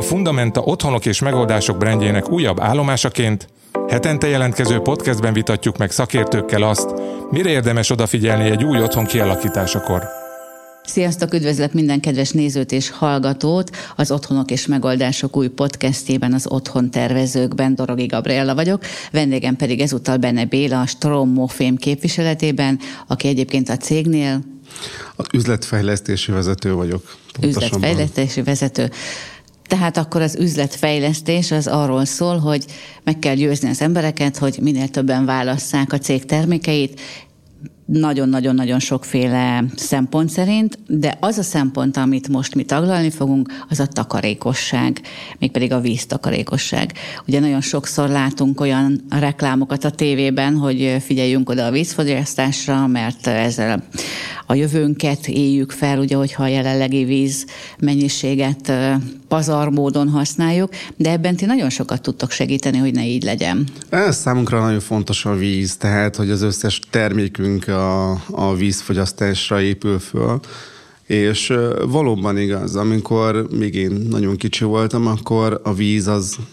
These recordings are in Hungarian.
Fundamenta otthonok és megoldások brandjének újabb állomásaként hetente jelentkező podcastben vitatjuk meg szakértőkkel azt, mire érdemes odafigyelni egy új otthon kialakításakor. Sziasztok, üdvözlök minden kedves nézőt és hallgatót! Az Otthonok és Megoldások új podcastjében, az Otthon Tervezőkben Dorogi Gabriella vagyok, vendégem pedig ezúttal Bene Béla, a Strommofém képviseletében, aki egyébként a cégnél... Az üzletfejlesztési vezető vagyok. Üzletfejlesztési vezető. Tehát akkor az üzletfejlesztés az arról szól, hogy meg kell győzni az embereket, hogy minél többen válasszák a cég termékeit, nagyon-nagyon-nagyon sokféle szempont szerint, de az a szempont, amit most mi taglalni fogunk, az a takarékosság, mégpedig a víztakarékosság. Ugye nagyon sokszor látunk olyan reklámokat a tévében, hogy figyeljünk oda a vízfogyasztásra, mert ezzel a jövőnket éljük fel, ugye, hogyha a jelenlegi víz mennyiséget pazarmódon használjuk, de ebben ti nagyon sokat tudtok segíteni, hogy ne így legyen. Ez számunkra nagyon fontos a víz, tehát, hogy az összes termékünk a vízfogyasztásra épül föl, és valóban igaz, amikor még én nagyon kicsi voltam, akkor a víz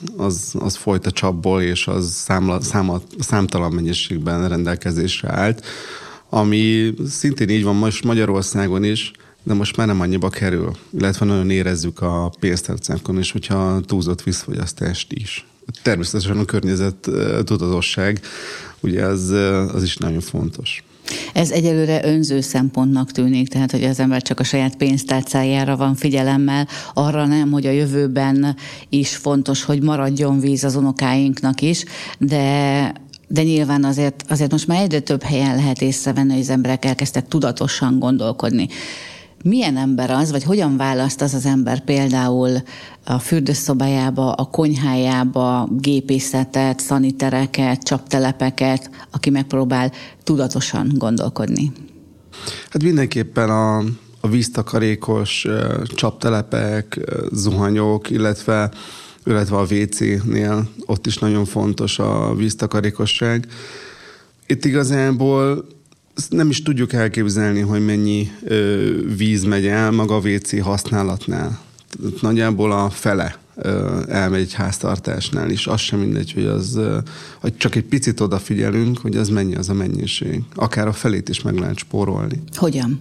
az folyt a csapból, és az számtalan mennyiségben rendelkezésre állt, ami szintén így van most Magyarországon is, de most már nem annyiba kerül, illetve nagyon érezzük a pénztárcánkon is, hogyha túlzott vízfogyasztást is. Természetesen a környezet tudatosság, ugye az is nagyon fontos. Ez egyelőre önző szempontnak tűnik, tehát hogy az ember csak a saját pénztárcájára van figyelemmel, arra nem, hogy a jövőben is fontos, hogy maradjon víz az unokáinknak is, de nyilván azért most már egyre több helyen lehet észrevenni, hogy az emberek elkezdtek tudatosan gondolkodni. Milyen ember az, vagy hogyan választ az ember például a fürdőszobájába, a konyhájába gépészetet, szanitereket, csaptelepeket, aki megpróbál tudatosan gondolkodni? Hát mindenképpen a víztakarékos csaptelepek, zuhanyok, illetve a WC-nél ott is nagyon fontos a víztakarékosság. Itt igazából nem is tudjuk elképzelni, hogy mennyi víz megy el maga a WC használatnál. Nagyjából a fele elmegy egy háztartásnál is. Az sem mindegy, hogy csak egy picit odafigyelünk, hogy az mennyi az a mennyiség. Akár a felét is meg lehet spórolni. Hogyan?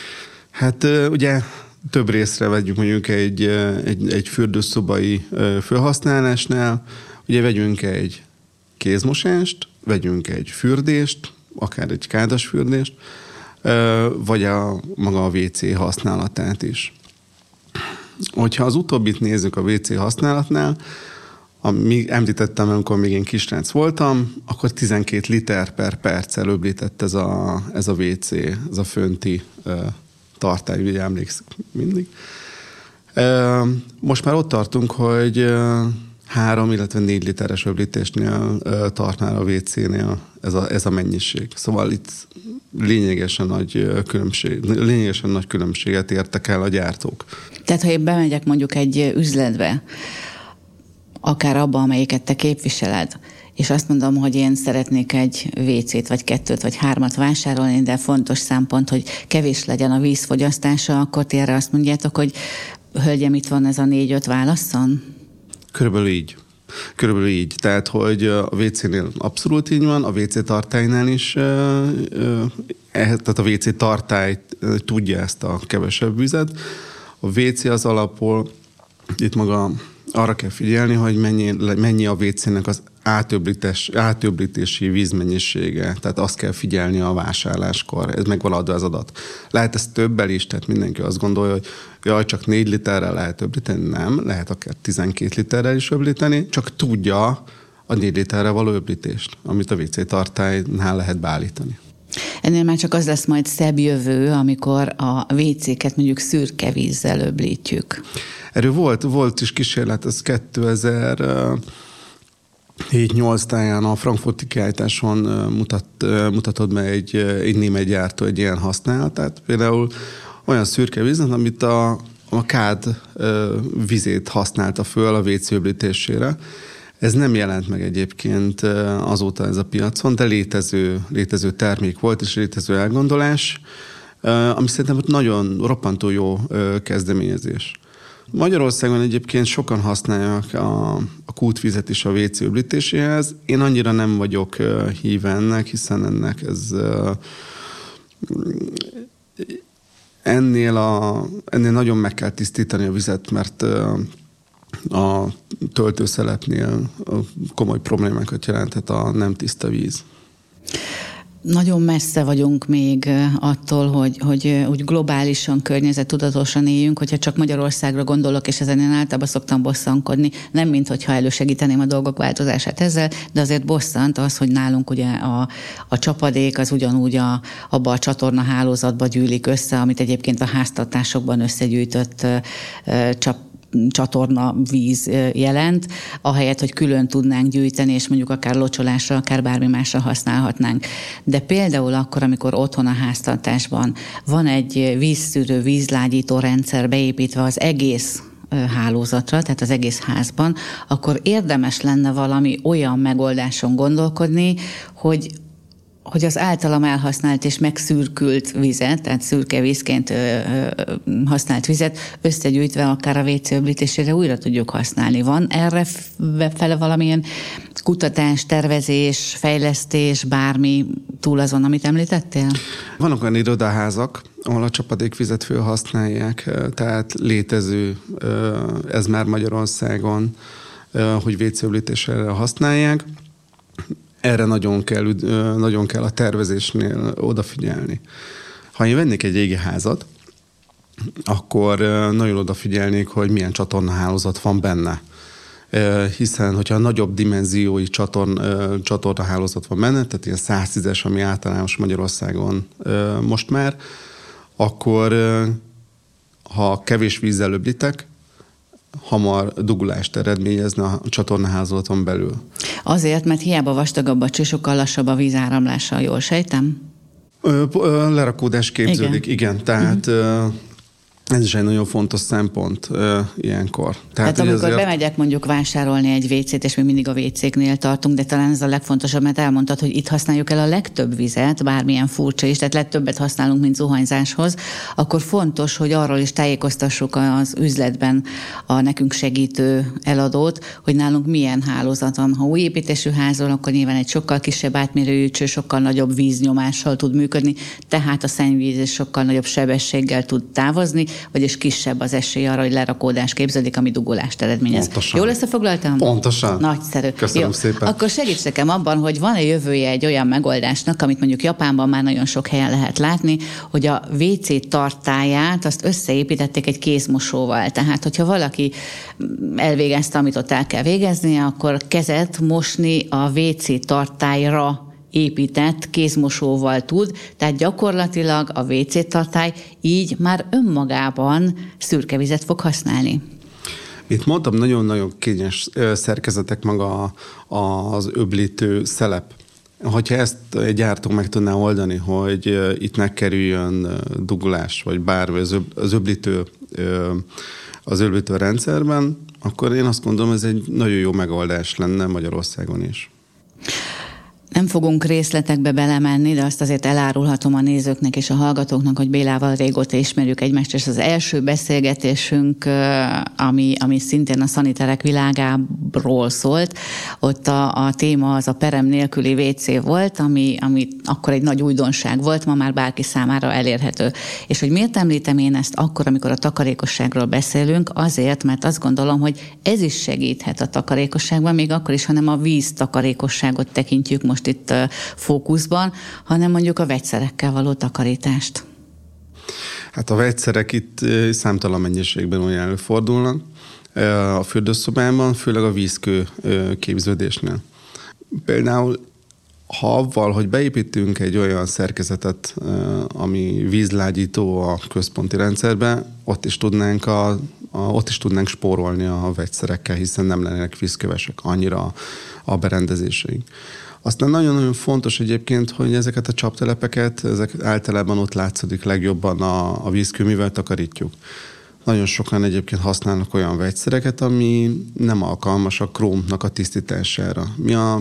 Hát ugye több részre vegyük mondjuk egy fürdőszobai felhasználásnál. Ugye vegyünk egy kézmosást, vegyünk egy fürdést, akár egy kádasfürdést, vagy maga a WC használatát is. Hogyha az utóbbit nézzük a WC használatnál, említettem, amikor még én kisrác voltam, akkor 12 liter per perccel öblített ez a WC, ez a fönti tartály, ugye emlékszik mindig. Most már ott tartunk, hogy 3, illetve 4 literes öblítésnél tart már a WC-nél ez a mennyiség. Szóval itt lényegesen nagy különbséget értek el a gyártók. Tehát, ha én bemegyek mondjuk egy üzletbe, akár abba, amelyiket te képviseled, és azt mondom, hogy én szeretnék egy WC-t, vagy 2-t, vagy 3-at vásárolni, de fontos szempont, hogy kevés legyen a vízfogyasztása, akkor ti erre azt mondjátok, hogy hölgyem, itt van ez a 4-5 válasszon? Körülbelül így. Tehát, hogy a WC-nél abszolút így van, a WC tartálynál is, tehát a WC tartály tudja ezt a kevesebb vizet. A WC az alapból, itt maga arra kell figyelni, hogy mennyi a WC-nek az átöblítési vízmennyisége. Tehát azt kell figyelni a vásárláskor. Ez meg van adva az adat. Lehet ez többel is, tehát mindenki azt gondolja, hogy jaj, csak 4 literrel lehet öblíteni. Nem, lehet akár 12 literrel is öblíteni, csak tudja a 4 literrel való öblítést, amit a WC tartálynál lehet beállítani. Ennél már csak az lesz majd szebb jövő, amikor a WC-ket mondjuk szürke vízzel öblítjük. Erről volt is kísérlet, ez 2007-8 táján a frankfurti kiállításon mutatod be egy német gyártó egy ilyen használatát. Például olyan szürke vízet, amit a kád vizét használta föl a WC öblítésére. Ez nem jelent meg egyébként azóta ez a piacon, de létező termék volt, és létező elgondolás, ami szerintem nagyon roppantó jó kezdeményezés. Magyarországon egyébként sokan használják a kútvizet is a WC öblítéséhez. Én annyira nem vagyok híve ennek, hiszen ennek ez ennél nagyon meg kell tisztítani a vizet, mert a töltőszelepnél komoly problémákat jelenthet a nem tiszta víz. Nagyon messze vagyunk még attól, hogy úgy globálisan, környezettudatosan éljünk, hogyha csak Magyarországra gondolok, és ezen én általában szoktam bosszankodni, nem minthogyha elősegíteném a dolgok változását ezzel, de azért bosszant az, hogy nálunk ugye a csapadék az ugyanúgy abba a csatornahálózatba gyűlik össze, amit egyébként a háztartásokban összegyűjtött csatorna víz jelent, ahelyett, hogy külön tudnánk gyűjteni, és mondjuk akár locsolásra, akár bármi másra használhatnánk. De például akkor, amikor otthon a háztartásban van egy vízszűrő, vízlágyító rendszer beépítve az egész hálózatra, tehát az egész házban, akkor érdemes lenne valami olyan megoldáson gondolkodni, hogy az általam elhasznált és megszürkült vizet, tehát szürke vízként használt vizet összegyűjtve akár a WC öblítésére újra tudjuk használni. Van erre fele valamilyen kutatás, tervezés, fejlesztés, bármi túl azon, amit említettél? Vannak olyan irodaházak, ahol a csapadékvizet felhasználják, tehát létező ez már Magyarországon, hogy WC öblítésre használják. Erre nagyon kell a tervezésnél odafigyelni. Ha én vennék egy régi házat, akkor nagyon odafigyelnék, hogy milyen csatornahálózat van benne. Hiszen, hogyha nagyobb dimenziói csatornahálózat van benne, tehát ilyen 110-es, ami általános Magyarországon most már, akkor ha kevés vízzel öblítek, hamar dugulást eredményezne a csatornahálózaton belül. Azért, mert hiába vastagabb a cső, sokkal lassabb a vízáramlása, jól sejtem? Lerakódás képződik, igen. Tehát ez is egy nagyon fontos szempont ilyenkor. Tehát amikor bemegyek mondjuk vásárolni egy WC-t, és mi mindig a WC-knél tartunk, de talán ez a legfontosabb, mert elmondtad, hogy itt használjuk el a legtöbb vizet, bármilyen furcsa is, tehát legtöbbet használunk, mint zuhanyzáshoz, akkor fontos, hogy arról is tájékoztassuk az üzletben a nekünk segítő eladót, hogy nálunk milyen hálózat van. Ha új építésű házról, akkor nyilván egy sokkal kisebb átmérőjű cső, sokkal nagyobb víznyomással tud működni, tehát a szennyvíz is sokkal nagyobb sebességgel tud távozni, vagyis kisebb az esély arra, hogy lerakódás képződik, ami dugulást eredményez. Pontosan. Jól összefoglaltam? Pontosan. Nagyszerű. Köszönöm szépen. Akkor segíts nekem abban, hogy van-e jövője egy olyan megoldásnak, amit mondjuk Japánban már nagyon sok helyen lehet látni, hogy a WC tartályát azt összeépítették egy kézmosóval. Tehát, hogyha valaki elvégezte, amit ott el kell végeznie, akkor kezet mosni a WC tartályra épített kézmosóval tud, tehát gyakorlatilag a WC tartály így már önmagában szürke vizet fog használni. Itt mondtam, nagyon-nagyon kényes szerkezetek maga az öblítő szelep. Hogyha ezt egy gyártó meg tudná oldani, hogy itt ne kerüljön dugulás, vagy bármi az öblítő rendszerben, akkor én azt gondolom, ez egy nagyon jó megoldás lenne Magyarországon is. Nem fogunk részletekbe belemenni, de azt azért elárulhatom a nézőknek és a hallgatóknak, hogy Bélával régóta ismerjük egymást, és az első beszélgetésünk, ami szintén a szaniterek világáról szólt, ott a téma az a perem nélküli WC volt, ami akkor egy nagy újdonság volt, ma már bárki számára elérhető. És hogy miért említem én ezt akkor, amikor a takarékosságról beszélünk? Azért, mert azt gondolom, hogy ez is segíthet a takarékosságban, még akkor is, ha nem a víztakarékosságot tekintjük most itt fókuszban, hanem mondjuk a vegyszerekkel való takarítást. Hát a vegyszerek itt számtalan mennyiségben olyan előfordulnak a fürdőszobában, főleg a vízkő képződésnél. Például ha avval, hogy beépítünk egy olyan szerkezetet, ami vízlágyító a központi rendszerbe, ott is tudnánk spórolni a vegyszerekkel, hiszen nem lennének vízkövesek annyira a berendezéseink. Aztán nagyon-nagyon fontos egyébként, hogy ezeket a csaptelepeket, ezek általában ott látszódik legjobban a vízkő, mivel takarítjuk. Nagyon sokan egyébként használnak olyan vegyszereket, ami nem alkalmas a krómnak a tisztítására. Mi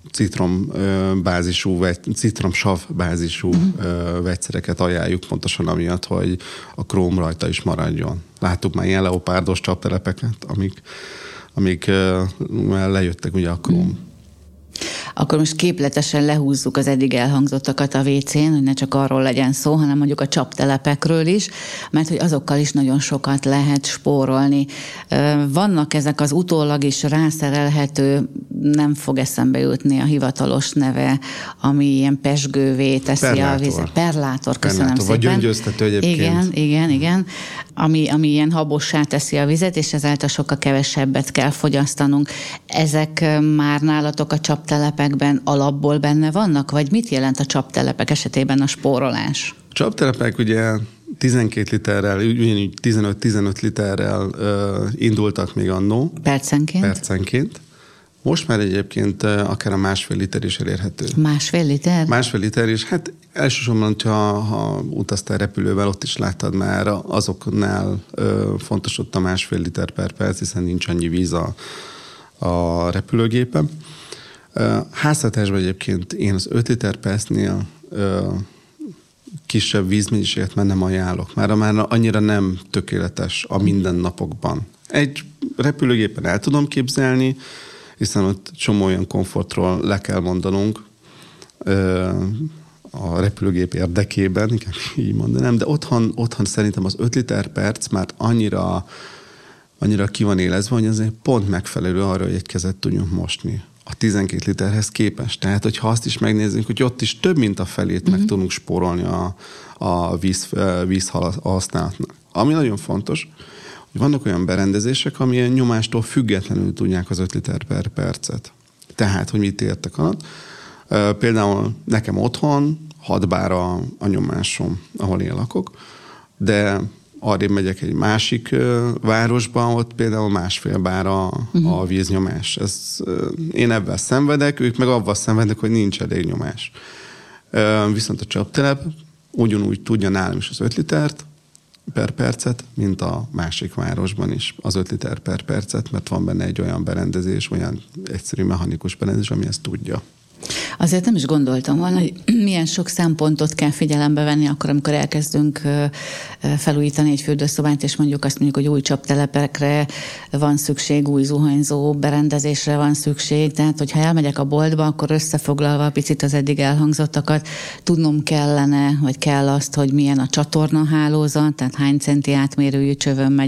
citromsav bázisú vegyszereket ajánljuk, pontosan amiatt, hogy a króm rajta is maradjon. Láttuk már ilyen leopárdos csaptelepeket, amik lejöttek ugye a króm. Akkor most képletesen lehúzzuk az eddig elhangzottakat a WC-n, hogy ne csak arról legyen szó, hanem mondjuk a csaptelepekről is, mert hogy azokkal is nagyon sokat lehet spórolni. Vannak ezek az utólag is rászerelhető, nem fog eszembe jutni a hivatalos neve, ami ilyen pezsgővé teszi a vizet. Perlátor, köszönöm szépen. Vagy gyöngyöztető egyébként. Igen. Ami ilyen habossá teszi a vizet, és ezáltal sokkal kevesebbet kell fogyasztanunk. Ezek már nálatok a csaptelepekben alapból benne vannak? Vagy mit jelent a csaptelepek esetében a spórolás? A csaptelepek ugye 12 literrel, ugyanígy 15-15 literrel indultak még annó. Percenként. Most már egyébként akár a 1,5 liter is elérhető. 1,5 liter? 1,5 liter is. Hát elsősorban, ha utaztál repülővel, ott is láttad már, azoknál fontos ott a 1,5 liter per perc, hiszen nincs annyi víz a repülőgépen. Háztartásban egyébként én az 5 liter percnél kisebb vízmennyiséget már nem ajánlok. Már annyira nem tökéletes a mindennapokban. Egy repülőgépen el tudom képzelni, hiszen ott csomó olyan komfortról le kell mondanunk a repülőgép érdekében, inkább így mondanám, de otthon szerintem az 5 liter perc már annyira ki van élezve, hogy azért pont megfelelő arra, hogy egy kezet tudjunk mosni a 12 literhez képest. Tehát, hogyha azt is megnézzük, hogy ott is több mint a felét meg tudunk spórolni a vízhasználatnak. Ami nagyon fontos, hogy vannak olyan berendezések, amilyen nyomástól függetlenül tudják az 5 liter per percet. Tehát, hogy mit értek alatt. Például nekem otthon 6 bár a nyomásom, ahol én lakok, de arrébb megyek egy másik városba, ott például 1,5 bár a víznyomás. Én ebben szenvedek, ők meg abban szenvednek, hogy nincs elég nyomás. Viszont a csaptelep ugyanúgy tudja nálam is az 5 litert per percet, mint a másik városban is az 5 liter per percet, mert van benne egy olyan berendezés, olyan egyszerű mechanikus berendezés, ami ezt tudja. Azért nem is gondoltam volna, hogy milyen sok szempontot kell figyelembe venni akkor, amikor elkezdünk felújítani egy fürdőszobát, és mondjuk azt mondjuk, hogy új csaptelepekre van szükség, új zuhanyzó berendezésre van szükség. Tehát, hogyha elmegyek a boltba, akkor összefoglalva picit az eddig elhangzottakat, tudnom kellene, vagy kell azt, hogy milyen a csatornahálózat, tehát hány centi átmérőjű csövön megy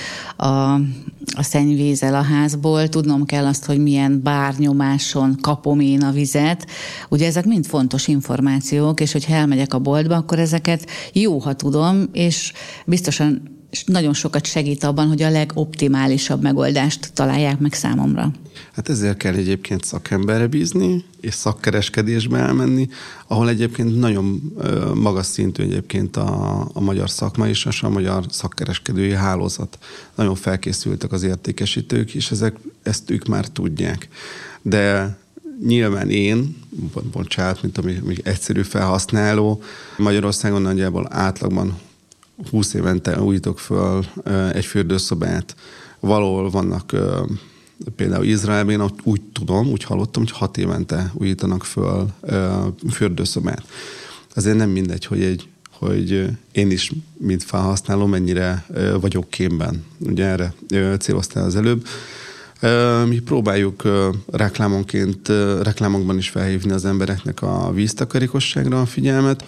a szennyvízzel a házból, tudnom kell azt, hogy milyen bárnyomáson kapom én a vizet. Ugye ezek mind fontos információk, és hogyha elmegyek a boltba, akkor ezeket jó, ha tudom, és biztosan nagyon sokat segít abban, hogy a legoptimálisabb megoldást találják meg számomra. Hát ezért kell egyébként szakemberre bízni, és szakkereskedésbe elmenni, ahol egyébként nagyon magas szintű egyébként a magyar szakma és a magyar szakkereskedői hálózat. Nagyon felkészültek az értékesítők, és ezt ők már tudják. De nyilván én, bocsánat, mint ami egyszerű felhasználó, Magyarországon nagyjából átlagban 20 évente újítok föl egy fürdőszobát. Valahol vannak például Izraelben, úgy tudom, úgy hallottam, hogy 6 évente újítanak föl fürdőszobát. Azért nem mindegy, hogy én is, mint felhasználó, mennyire vagyok kémben. Ugye erre céloztál az előbb. Mi próbáljuk reklámokban is felhívni az embereknek a víztakarékosságra a figyelmet,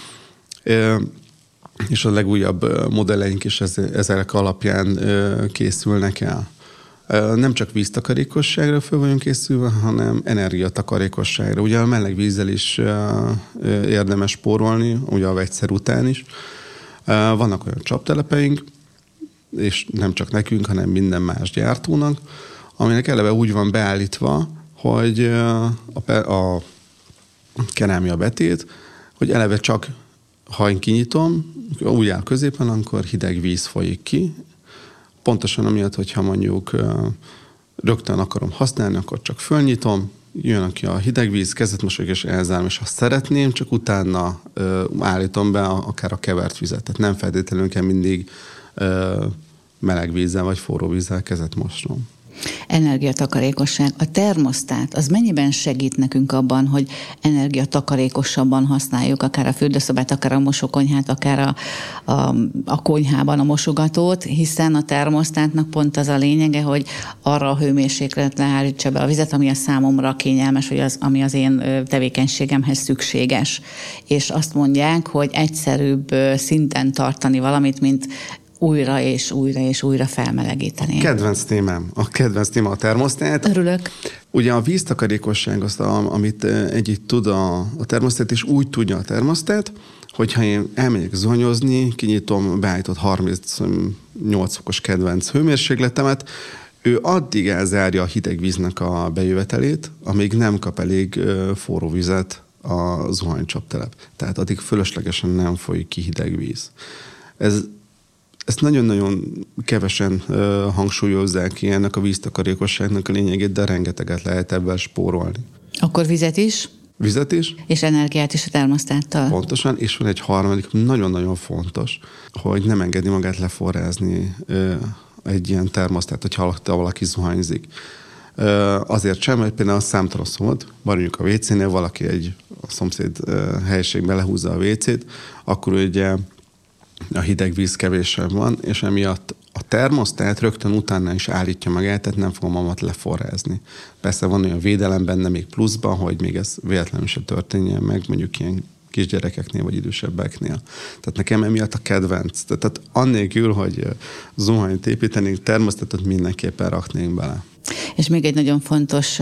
és a legújabb modelleink is ezek alapján készülnek el. Nem csak víztakarékosságra fel vagyunk készülve, hanem energiatakarékosságra. Ugye a meleg vízzel is érdemes spórolni, ugye a vegyszer után is. Vannak olyan csaptelepeink, és nem csak nekünk, hanem minden más gyártónak, aminek eleve úgy van beállítva, hogy a kerámia betét, hogy eleve csak ha én kinyitom, úgy áll középen, akkor hideg víz folyik ki. Pontosan amiatt, hogyha mondjuk rögtön akarom használni, akkor csak fölnyitom, jön ki a hideg víz, kezet mosok és elzárom, és ha szeretném, csak utána állítom be akár a kevert vizet. Tehát nem feltétlenül kell mindig meleg vízzel vagy forró vízzel kezet mosnom. Energiatakarékosság. A termosztát, az mennyiben segít nekünk abban, hogy energiatakarékosabban használjuk akár a fürdőszobát, akár a mosókonyhát, akár a konyhában a mosogatót, hiszen a termosztátnak pont az a lényege, hogy arra a hőmérsékletre állítsa be a vizet, ami a számomra kényelmes, vagy ami az én tevékenységemhez szükséges. És azt mondják, hogy egyszerűbb szinten tartani valamit, mint újra és újra és újra felmelegíteni. Kedvenc téma a termosztát. Örülök. Ugye a víztakarékosság az, amit együtt tud a termosztát, és úgy tudja a termosztát, hogyha én elmegyek zuhanyozni, kinyitom beállított 38 fokos kedvenc hőmérsékletemet, ő addig elzárja a hideg víznek a bejövetelét, amíg nem kap elég forró vizet a zuhanycsaptelep. Tehát addig fölöslegesen nem folyik ki hideg víz. Ezt nagyon-nagyon kevesen hangsúlyozzák ki ennek a víztakarékosságnak a lényegét, de rengeteget lehet ebben spórolni. Akkor vizet is? Vizet is. És energiát is a termosztáttal. Pontosan, és van egy harmadik, nagyon-nagyon fontos, hogy nem engedni magát leforrázni egy ilyen termosztát, hogyha valaki zuhanyzik. Azért sem, hogy például számtalan szomod, maradjunk a WC-nél, valaki a szomszéd helyiségben lehúzza a WC-t, akkor ugye a hideg víz kevésebb van, és emiatt a termosztát rögtön utána is állítja magát, tehát nem fogom mamat leforrázni. Persze van olyan védelem benne még pluszban, hogy még ez véletlenül se történjen meg, mondjuk ilyen kisgyerekeknél vagy idősebbeknél. Tehát nekem emiatt a kedvenc. Tehát annélkül, hogy zuhanyt építenénk, termosztátot mindenképpen raknénk bele. És még egy nagyon fontos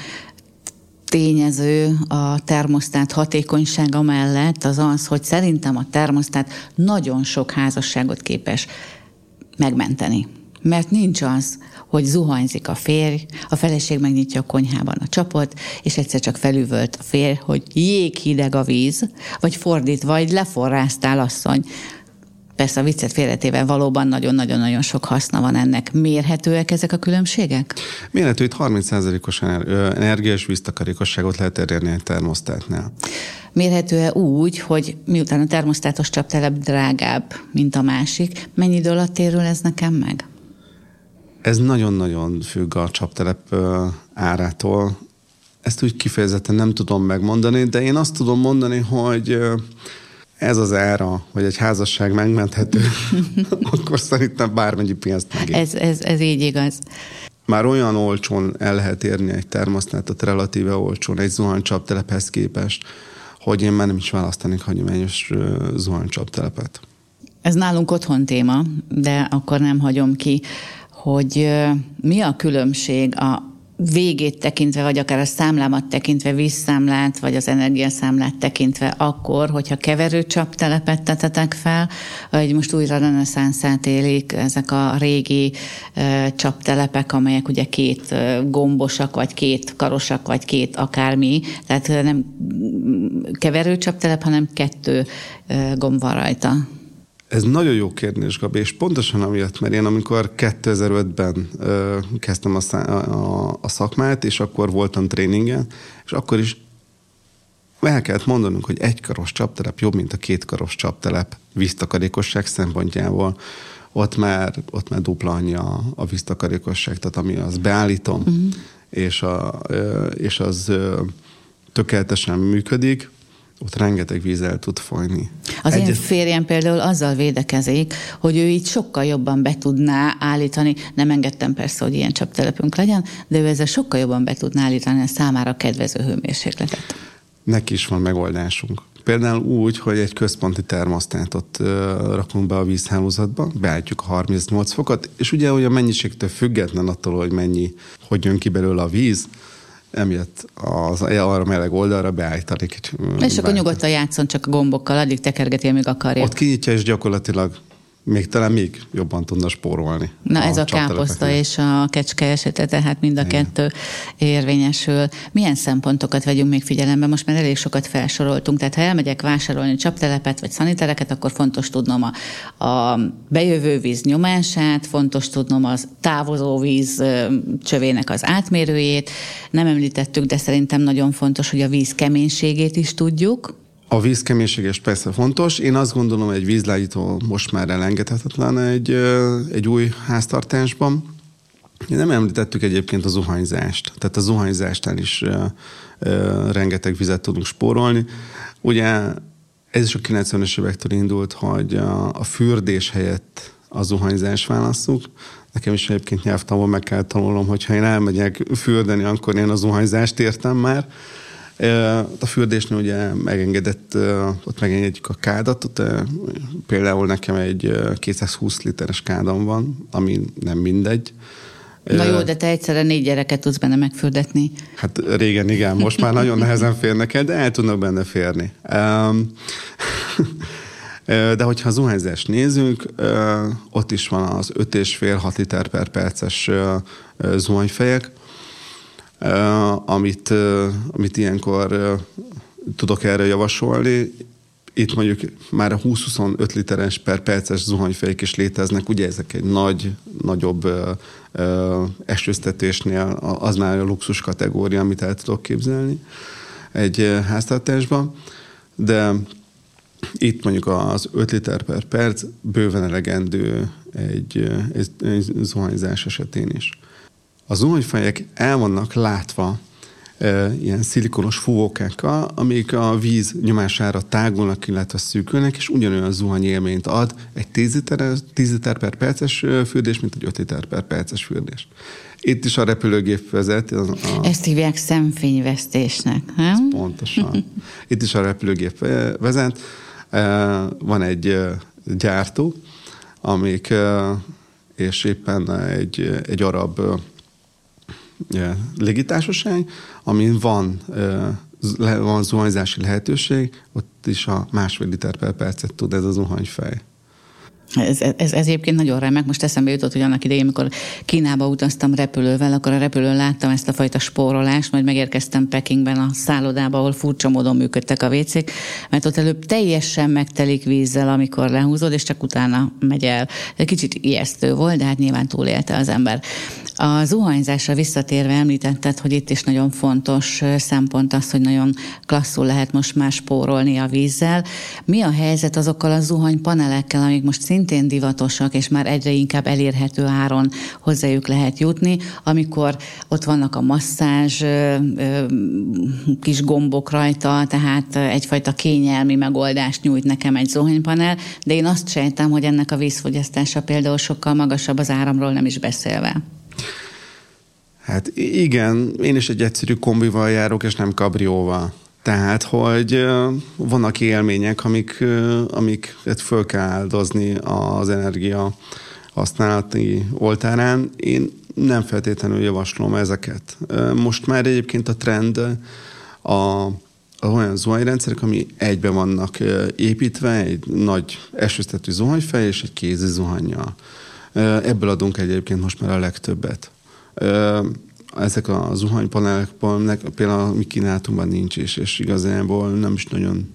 tényező a termosztát hatékonysága mellett az az, hogy szerintem a termosztát nagyon sok házasságot képes megmenteni. Mert nincs az, hogy zuhanyzik a férj, a feleség megnyitja a konyhában a csapot, és egyszer csak felüvölt a férj, hogy jéghideg a víz, vagy fordítva, vagy leforráztál, asszony. Persze a viccet félretéve valóban nagyon-nagyon sok haszna van ennek. Mérhetőek ezek a különbségek? Mérhető, itt 30%-os energia és víztakarékosságot lehet elérni egy termosztátnál. Mérhető-e úgy, hogy miután a termosztátos csaptelep drágább, mint a másik, mennyi idő alatt térül ez nekem meg? Ez nagyon-nagyon függ a csaptelep árától. Ezt úgy kifejezetten nem tudom megmondani, de én azt tudom mondani, hogy ez az ára, hogy egy házasság megmenthető, akkor szerintem bármennyi pénzt megér. Ez így igaz. Már olyan olcsón el lehet érni egy termosztátot, relatíve olcsón egy zuhanycsaptelephez képest, hogy én már nem is választanék hagyományos zuhanycsaptelepet. Ez nálunk otthon téma, de akkor nem hagyom ki, hogy mi a különbség a végét tekintve, vagy akár a számlámat tekintve, vízszámlát, vagy az energiaszámlát tekintve akkor, hogyha keverőcsaptelepet tetetek fel, hogy most újra reneszánszát élik ezek a régi csaptelepek, amelyek ugye 2 gombosak, vagy 2 karosak, vagy 2 akármi, tehát nem keverőcsaptelep, hanem 2 gomb van rajta. Ez nagyon jó kérdés, Gabi, és pontosan amiatt, mert én amikor 2005-ben kezdtem a szakmát, és akkor voltam tréningen, és akkor is el kellett mondanunk, hogy 1 karos csaptelep jobb, mint a 2 karos csaptelep víztakarékosság szempontjából. Ott már dupla annyi a víztakarékosság, tehát ami az beállítom, és az tökéletesen működik, ott rengeteg víz el tud folyni. Az én férjem például azzal védekezik, hogy ő így sokkal jobban be tudná állítani, nem engedtem persze, hogy ilyen csaptelepünk legyen, de ő ezzel sokkal jobban be tudná állítani a számára kedvező hőmérsékletet. Neki is van megoldásunk. Például úgy, hogy egy központi termosztátot rakunk be a vízhálózatba, beállítjuk a 38 fokot, és ugye a mennyiségtől független attól, hogy jön ki belőle a víz, emiatt az arra meleg oldalra beállítani. És akkor nyugodtan játszon csak a gombokkal, addig tekergeti, amíg akarja. Ott kinyitja, és gyakorlatilag talán még jobban tudna spórolni. Na ez a káposzta és a kecske esete, tehát mind a kettő érvényesül. Milyen szempontokat vegyünk még figyelembe? Most már elég sokat felsoroltunk, tehát ha elmegyek vásárolni csaptelepet vagy szanitereket, akkor fontos tudnom a bejövő víz nyomását, fontos tudnom az távozó víz csövének az átmérőjét. Nem említettük, de szerintem nagyon fontos, hogy a víz keménységét is tudjuk. A vízkeménységes persze fontos. Én azt gondolom, hogy egy vízlágyító most már elengedhetetlen egy új háztartásban. Nem említettük egyébként a zuhanyzást. Tehát a zuhanyzásnál is rengeteg vizet tudunk spórolni. Ugye ez is a 90-es évektől indult, hogy a fürdés helyett a zuhanyzás válasszuk. Nekem is egyébként nyelvtanból meg kell tanulnom, hogyha én elmegyek fürdeni, akkor én a zuhanyzást értem már. A fürdésnél ugye ott megengedjük a kádat, ott, például nekem egy 220 literes kádam van, ami nem mindegy. Na jó, de te egyszerre 4 gyereket tudsz benne megfürdetni. Hát régen igen, most már nagyon nehezen férnek el, de el tudnak benne férni. De hogyha a zuhanyzást nézünk, ott is van az 5,5-6 liter per perces zuhanyfejek, amit ilyenkor tudok erre javasolni. Itt mondjuk már a 20-25 literes per perces zuhanyfejek is léteznek, ugye ezek egy nagyobb esőztetésnél az már a luxus kategória, amit el tudok képzelni egy háztartásban, de itt mondjuk az 5 liter per perc bőven elegendő egy zuhanyzás esetén is. A zuhanyfejek el vannak látva ilyen szilikonos fúvókákkal, amik a víz nyomására tágulnak, illetve szűkülnek, és ugyanolyan zuhanyélményt ad egy 10 liter per perces fürdés, mint egy 5 liter per perces fürdés. Itt is a repülőgép vezet. Ezt hívják szemfényvesztésnek, nem? Pontosan. Itt is a repülőgép vezet. Van egy gyártó, és éppen egy arab légitársaság, amin van zuhanyzási lehetőség, ott is a 1,5 liter per percet tud ez a zuhanyfej. Ez egyébként nagyon remek. Most eszembe jutott, hogy annak idején, amikor Kínába utaztam repülővel, akkor a repülőn láttam ezt a fajta spórolást, majd megérkeztem Pekingben a szállodába, ahol furcsa módon működtek a vécék, mert ott előbb teljesen megtelik vízzel, amikor lehúzod, és csak utána megy el. Ez kicsit ijesztő volt, de hát nyilván túlélte az ember. A zuhanyzásra visszatérve említetted, hogy itt is nagyon fontos szempont az, hogy nagyon klasszul lehet most már spórolni a vízzel. Mi a helyzet azokkal a zuhanypanelekkel, amik most szintén divatosak, és már egyre inkább elérhető áron hozzájuk lehet jutni, amikor ott vannak a masszázs kis gombok rajta, tehát egyfajta kényelmi megoldást nyújt nekem egy zuhanypanel, de én azt sejtem, hogy ennek a vízfogyasztása például sokkal magasabb, az áramról nem is beszélve. Hát igen, én is egy egyszerű kombival járok, és nem kabrióval. Tehát, hogy vannak élmények, amiket föl kell áldozni az energia használati oltárán. Én nem feltétlenül javaslom ezeket. Most már egyébként a trend olyan zuhanyrendszerek, ami egybe vannak építve, egy nagy esőztető zuhanyfej és egy kézi zuhannyal. Ebből adunk egyébként most már a legtöbbet. Ezek a zuhanypanelek például a mi kínálatunkban nincs is, és igazából nem is nagyon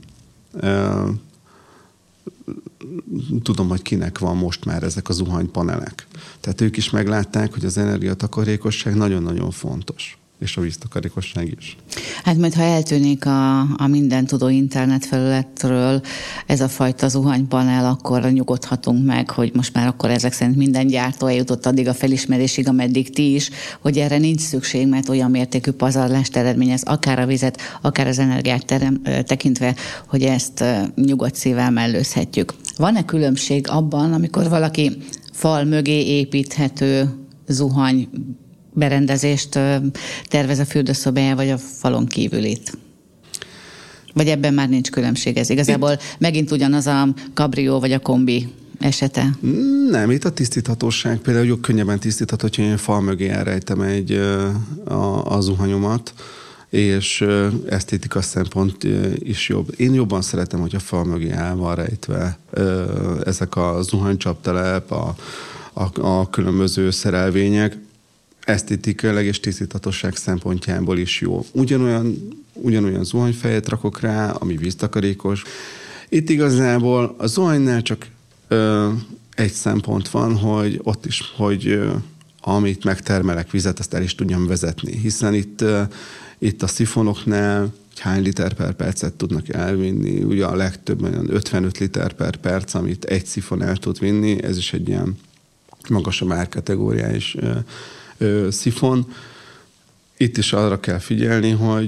tudom, hogy kinek van most már ezek a zuhanypanelek. Tehát ők is meglátták, hogy az energiatakarékosság nagyon-nagyon fontos, és a víztakarékosság is. Hát majd, ha eltűnik a mindentudó internetfelületről ez a fajta zuhanypanel, akkor nyugodhatunk meg, hogy most már akkor ezek szerint minden gyártó eljutott addig a felismerésig, ameddig ti is, hogy erre nincs szükség, mert olyan mértékű pazarlást eredményez, akár a vizet, akár az energiát tekintve, hogy ezt nyugodt szívvel mellőzhetjük. Van-e különbség abban, amikor valaki fal mögé építhető zuhany berendezést tervez a fürdőszobája, vagy a falon kívülit? Vagy ebben már nincs különbség? Ez igazából megint ugyanaz a kabrió vagy a kombi esete? Nem, itt a tisztíthatóság például könnyebben tisztítható, hogy én fal mögé elrejtem a zuhanyomat, és esztétika szempont is jobb. Én jobban szeretem, hogy a fal mögé el van rejtve ezek a zuhanycsaptelep, a különböző szerelvények, esztétikailag és tisztíthatóság szempontjából is jó. Ugyanolyan zuhanyfejet rakok rá, ami víztakarékos. Itt igazából a zuhanynál csak egy szempont van, hogy ott is, hogy amit megtermelek vizet, azt el is tudjam vezetni. Hiszen itt a szifonoknál hány liter per percet tudnak elvinni. Ugye a legtöbb olyan 55 liter per perc, amit egy szifon el tud vinni, ez is egy ilyen magasabb árkategóriás szifon. Itt is arra kell figyelni,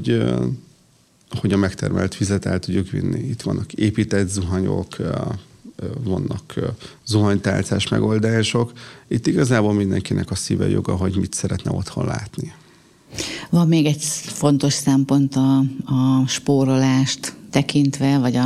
hogy a megtermelt vizet el tudjuk vinni. Itt vannak épített zuhanyok, vannak zuhanytálcás megoldások. Itt igazából mindenkinek a szíve joga, hogy mit szeretne otthon látni. Van még egy fontos szempont a spórolást tekintve, vagy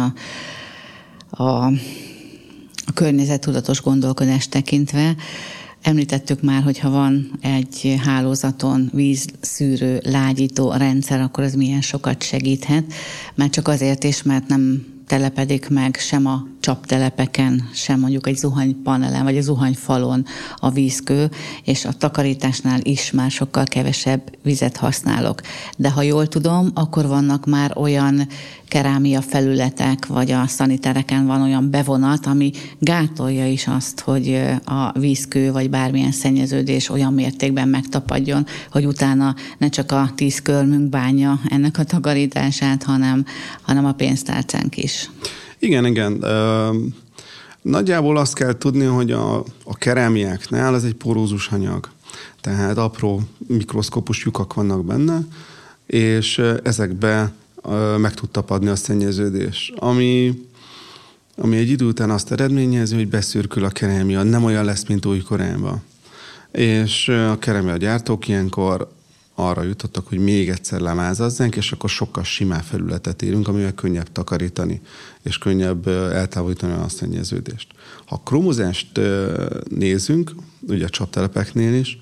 a környezettudatos gondolkodást tekintve. Említettük már, hogy ha van egy hálózaton vízszűrő, lágyító rendszer, akkor ez milyen sokat segíthet. Már csak azért is, mert nem telepedik meg sem a csaptelepeken, sem mondjuk egy zuhanypanelen, vagy a zuhanyfalon a vízkő, és a takarításnál is már sokkal kevesebb vizet használok. De ha jól tudom, akkor vannak már olyan kerámia felületek, vagy a szanitereken van olyan bevonat, ami gátolja is azt, hogy a vízkő, vagy bármilyen szennyeződés olyan mértékben megtapadjon, hogy utána ne csak a 10 körmünk bánja ennek a takarítását, hanem a pénztárcánk is. Igen. Nagyjából azt kell tudni, hogy a kerámiáknál ez egy porózus anyag. Tehát apró mikroszkópus lyukak vannak benne, és ezekbe meg tud tapadni a szennyeződés. Ami egy idő után azt eredményezi, hogy beszürkül a kerámia, nem olyan lesz, mint újkorában. És a kerámia gyártók ilyenkor arra jutottak, hogy még egyszer lemázazzánk, és akkor sokkal simább felületet érünk, amivel könnyebb takarítani, és könnyebb eltávolítani a szennyeződést. Ha kromozást nézünk, ugye a csaptelepeknél is,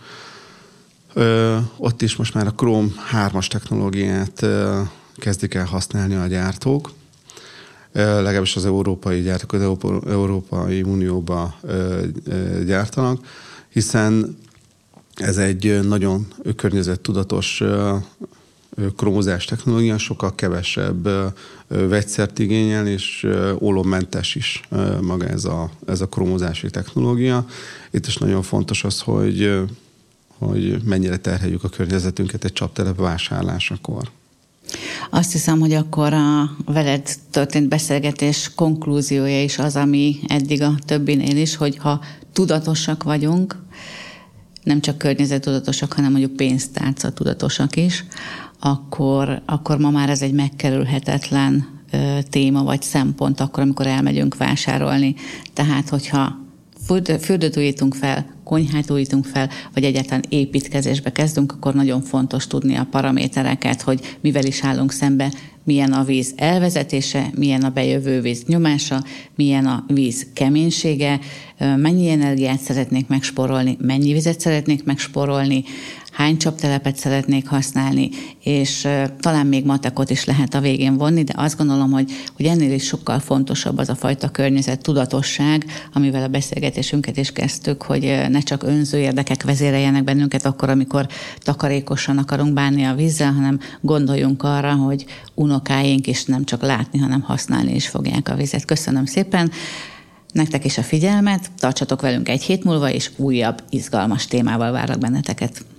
ott is most már a Chrome 3-as technológiát kezdik el használni a gyártók, legalábbis az európai gyártók az Európai Unióba gyártanak, hiszen ez egy nagyon környezettudatos kromozás technológia, sokkal kevesebb vegyszert igényel, és olommentes is maga ez a kromozási technológia. Itt is nagyon fontos az, hogy mennyire terheljük a környezetünket egy csaptelep vásárlásakor. Azt hiszem, hogy akkor a veled történt beszélgetés konklúziója is az, ami eddig a többinél is, hogy ha tudatosak vagyunk, nem csak környezettudatosak, hanem mondjuk pénztárca tudatosak is, akkor ma már ez egy megkerülhetetlen téma vagy szempont akkor, amikor elmegyünk vásárolni. Tehát, hogyha fürdőt újítunk fel, konyhát újítunk fel, vagy egyáltalán építkezésbe kezdünk, akkor nagyon fontos tudni a paramétereket, hogy mivel is állunk szembe, milyen a víz elvezetése, milyen a bejövő víz nyomása, milyen a víz keménysége, mennyi energiát szeretnék megspórolni, mennyi vizet szeretnék megspórolni, hány csaptelepet szeretnék használni, és talán még matekot is lehet a végén vonni, de azt gondolom, hogy ennél is sokkal fontosabb az a fajta környezet tudatosság, amivel a beszélgetésünket is kezdtük, hogy ne csak önző érdekek vezéreljenek bennünket akkor, amikor takarékosan akarunk bánni a vízzel, hanem gondoljunk arra, hogy unokáink is nem csak látni, hanem használni is fogják a vizet. Köszönöm szépen! Nektek is a figyelmet, tartsatok velünk egy hét múlva, és újabb, izgalmas témával várlak benneteket.